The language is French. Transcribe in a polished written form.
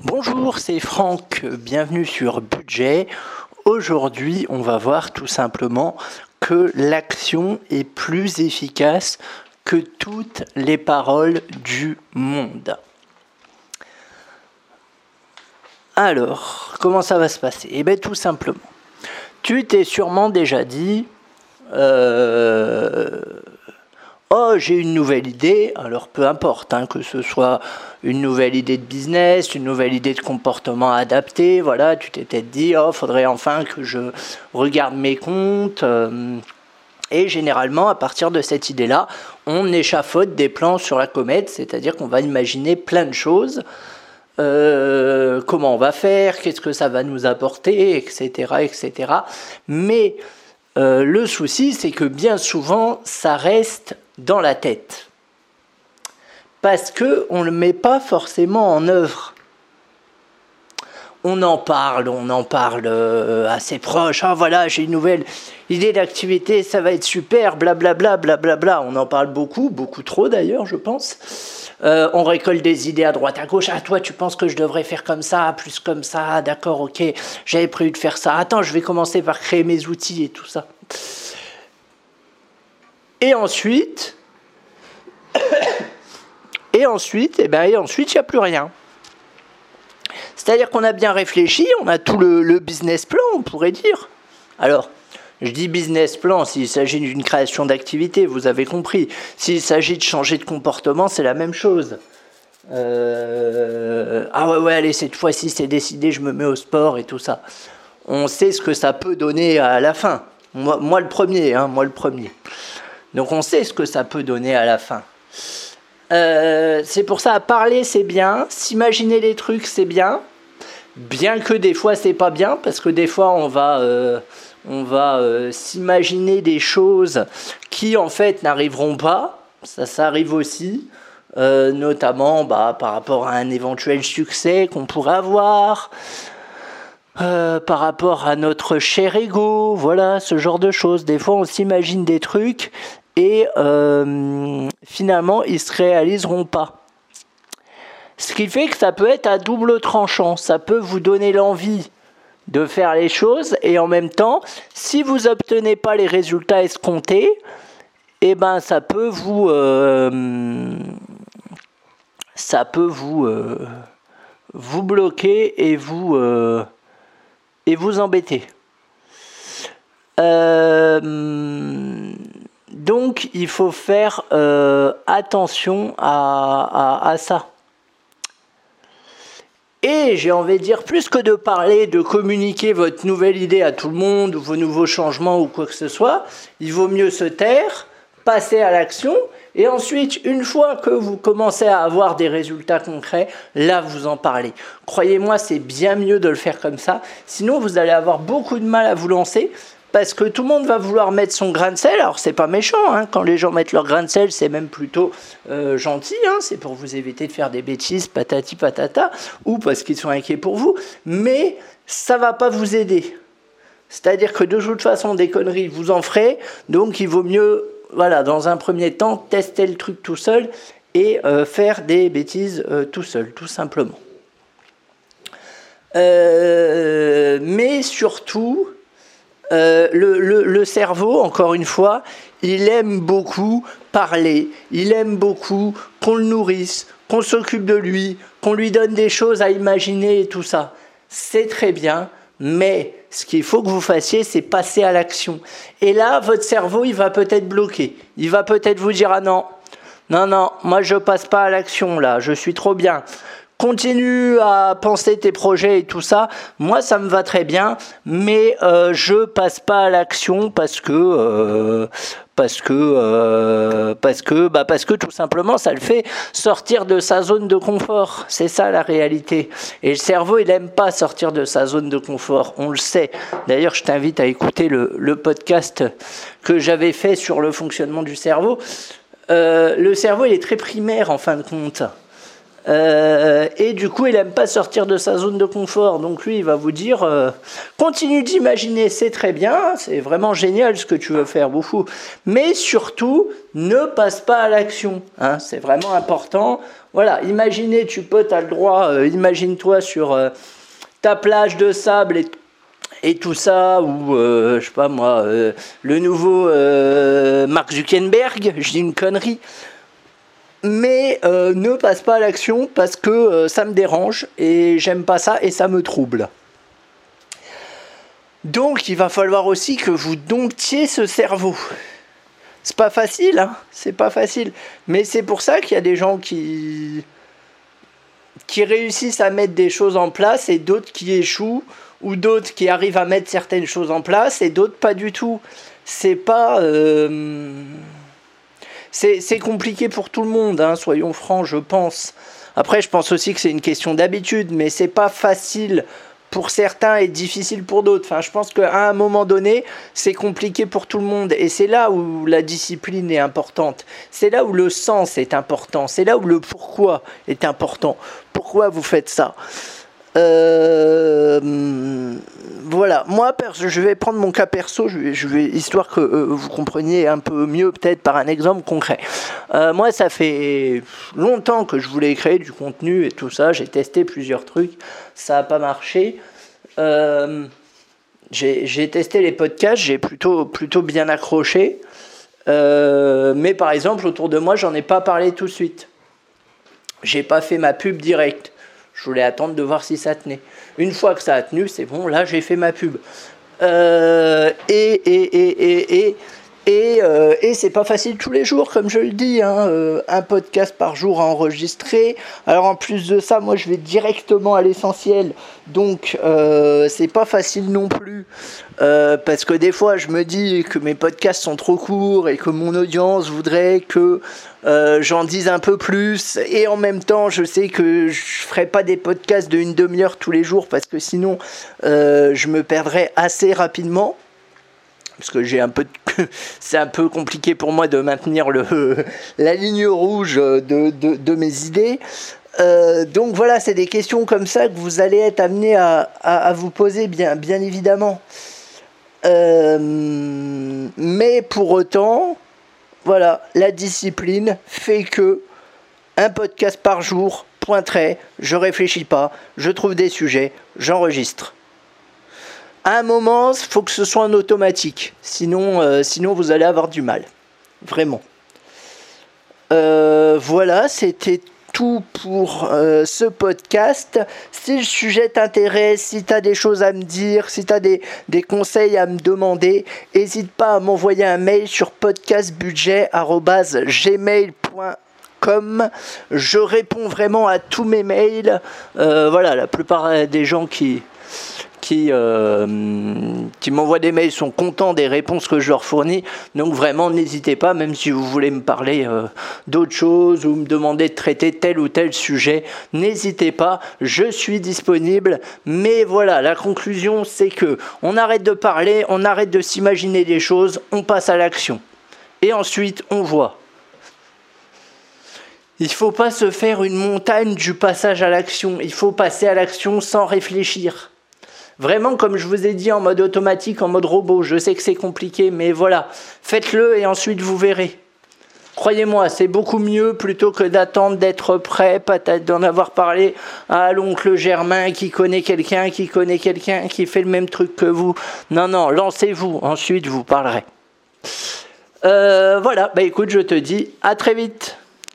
Bonjour, c'est Franck, bienvenue sur Budget. Aujourd'hui, on va voir tout simplement que l'action est plus efficace que toutes les paroles du monde. Alors, comment ça va se passer ? Eh bien, tout simplement, tu t'es sûrement déjà dit oh, j'ai une nouvelle idée, alors peu importe, que ce soit une nouvelle idée de business, une nouvelle idée de comportement adapté, voilà, tu t'es peut-être dit, oh, faudrait enfin que je regarde mes comptes. Et généralement, à partir de cette idée-là, on échafaude des plans sur la comète, c'est-à-dire qu'on va imaginer plein de choses. Comment on va faire, qu'est-ce que ça va nous apporter, etc., etc. Mais le souci, c'est que bien souvent, ça reste dans la tête. Parce qu'on ne le met pas forcément en œuvre. On en parle assez proche. Ah voilà, j'ai une nouvelle idée d'activité, ça va être super, blablabla, blablabla. On en parle beaucoup trop d'ailleurs, je pense. On récolte des idées à droite, à gauche. Ah, toi, tu penses que je devrais faire comme ça, plus comme ça, d'accord, ok. J'avais prévu de faire ça. Attends, je vais commencer par créer mes outils et tout ça. Et ensuite, il n'y a plus rien. C'est-à-dire qu'on a bien réfléchi, on a tout le business plan, on pourrait dire. Alors, je dis business plan s'il s'agit d'une création d'activité, vous avez compris. S'il s'agit de changer de comportement, c'est la même chose. Ah ouais, allez, cette fois-ci, c'est décidé, je me mets au sport et tout ça. On sait ce que ça peut donner à la fin. Moi le premier. Donc on sait ce que ça peut donner à la fin. C'est pour ça, parler c'est bien, s'imaginer les trucs c'est bien, bien que des fois c'est pas bien, parce que des fois on va s'imaginer des choses qui en fait n'arriveront pas, ça arrive aussi, notamment par rapport à un éventuel succès qu'on pourrait avoir, par rapport à notre cher ego, voilà, ce genre de choses. Des fois on s'imagine des trucs et finalement ils ne se réaliseront pas. Ce qui fait que ça peut être à double tranchant, ça peut vous donner l'envie de faire les choses et en même temps, si vous n'obtenez pas les résultats escomptés, eh ben ça peut vous bloquer et vous embêter. Donc, il faut faire attention à ça. Et j'ai envie de dire, plus que de parler, de communiquer votre nouvelle idée à tout le monde, ou vos nouveaux changements, ou quoi que ce soit, il vaut mieux se taire, passer à l'action, et ensuite, une fois que vous commencez à avoir des résultats concrets, là, vous en parlez. Croyez-moi, c'est bien mieux de le faire comme ça, sinon vous allez avoir beaucoup de mal à vous lancer, parce que tout le monde va vouloir mettre son grain de sel. Alors c'est pas méchant, quand les gens mettent leur grain de sel, c'est même plutôt gentil, c'est pour vous éviter de faire des bêtises, patati patata, ou parce qu'ils sont inquiets pour vous, mais ça va pas vous aider. C'est-à-dire que de toute façon, des conneries, vous en ferez, donc il vaut mieux, voilà, dans un premier temps, tester le truc tout seul et faire des bêtises tout seul, tout simplement. Mais surtout, le cerveau, encore une fois, il aime beaucoup parler, il aime beaucoup qu'on le nourrisse, qu'on s'occupe de lui, qu'on lui donne des choses à imaginer et tout ça. C'est très bien, mais ce qu'il faut que vous fassiez, c'est passer à l'action. Et là, votre cerveau, il va peut-être bloquer. Il va peut-être vous dire « Ah non, moi je passe pas à l'action là, je suis trop bien. » Continue à penser tes projets et tout ça. Moi, ça me va très bien, mais je passe pas à l'action parce que tout simplement, ça le fait sortir de sa zone de confort. C'est ça la réalité. Et le cerveau, il aime pas sortir de sa zone de confort. On le sait. D'ailleurs, je t'invite à écouter le podcast que j'avais fait sur le fonctionnement du cerveau. Le cerveau, il est très primaire en fin de compte. Et du coup, il aime pas sortir de sa zone de confort. Donc lui, il va vous dire, continue d'imaginer, c'est très bien, c'est vraiment génial ce que tu veux faire, Boufou. Mais surtout, ne passe pas à l'action. Hein, c'est vraiment important. Voilà, imaginez, t'as le droit, imagine-toi sur ta plage de sable et tout ça, ou je sais pas moi, le nouveau Mark Zuckerberg, je dis une connerie. Mais ne passe pas à l'action parce que ça me dérange et j'aime pas ça et ça me trouble. Donc il va falloir aussi que vous domptiez ce cerveau. C'est pas facile, hein, c'est pas facile. Mais c'est pour ça qu'il y a des gens qui réussissent à mettre des choses en place et d'autres qui échouent, ou d'autres qui arrivent à mettre certaines choses en place et d'autres pas du tout. C'est pas... C'est compliqué pour tout le monde, hein, soyons francs, je pense. Après, je pense aussi que c'est une question d'habitude, mais c'est pas facile pour certains et difficile pour d'autres. Enfin, je pense qu'à un moment donné, c'est compliqué pour tout le monde. Et c'est là où la discipline est importante. C'est là où le sens est important. C'est là où le pourquoi est important. Pourquoi vous faites ça ? Voilà, moi je vais prendre mon cas perso, je vais histoire que vous compreniez un peu mieux peut-être par un exemple concret. Moi ça fait longtemps que je voulais créer du contenu et tout ça, j'ai testé plusieurs trucs, ça n'a pas marché. J'ai testé les podcasts, j'ai plutôt bien accroché, mais par exemple autour de moi j'en ai pas parlé tout de suite. J'ai pas fait ma pub directe. Je voulais attendre de voir si ça tenait. Une fois que ça a tenu, c'est bon, là j'ai fait ma pub. Et c'est pas facile tous les jours, comme je le dis, hein, un podcast par jour à enregistrer. Alors en plus de ça, moi je vais directement à l'essentiel, donc c'est pas facile non plus, parce que des fois je me dis que mes podcasts sont trop courts et que mon audience voudrait que j'en dise un peu plus, et en même temps je sais que je ferai pas des podcasts de une demi-heure tous les jours, parce que sinon je me perdrais assez rapidement. Parce que c'est un peu compliqué pour moi de maintenir la ligne rouge de mes idées. Donc voilà, c'est des questions comme ça que vous allez être amené à vous poser, bien évidemment. Mais pour autant, voilà, la discipline fait que un podcast par jour, point trait, je réfléchis pas, je trouve des sujets, j'enregistre. À un moment, il faut que ce soit en automatique. Sinon vous allez avoir du mal. Vraiment. Voilà, c'était tout pour ce podcast. Si le sujet t'intéresse, si tu as des choses à me dire, si tu as des conseils à me demander, n'hésite pas à m'envoyer un mail sur podcastbudget@gmail.com. Je réponds vraiment à tous mes mails. Voilà, la plupart des gens qui m'envoient des mails sont contents des réponses que je leur fournis, donc vraiment n'hésitez pas, même si vous voulez me parler d'autres choses ou me demander de traiter tel ou tel sujet, n'hésitez pas, je suis disponible. Mais voilà, la conclusion c'est que on arrête de parler, on arrête de s'imaginer des choses, on passe à l'action et ensuite on voit. Il ne faut pas se faire une montagne du passage à l'action, il faut passer à l'action sans réfléchir. Vraiment, comme je vous ai dit, en mode automatique, en mode robot. Je sais que c'est compliqué, mais voilà. Faites-le et ensuite vous verrez. Croyez-moi, c'est beaucoup mieux plutôt que d'attendre d'être prêt, peut-être d'en avoir parlé à l'oncle Germain qui connaît quelqu'un qui fait le même truc que vous. Non, lancez-vous, ensuite vous parlerez. Voilà, écoute, je te dis à très vite.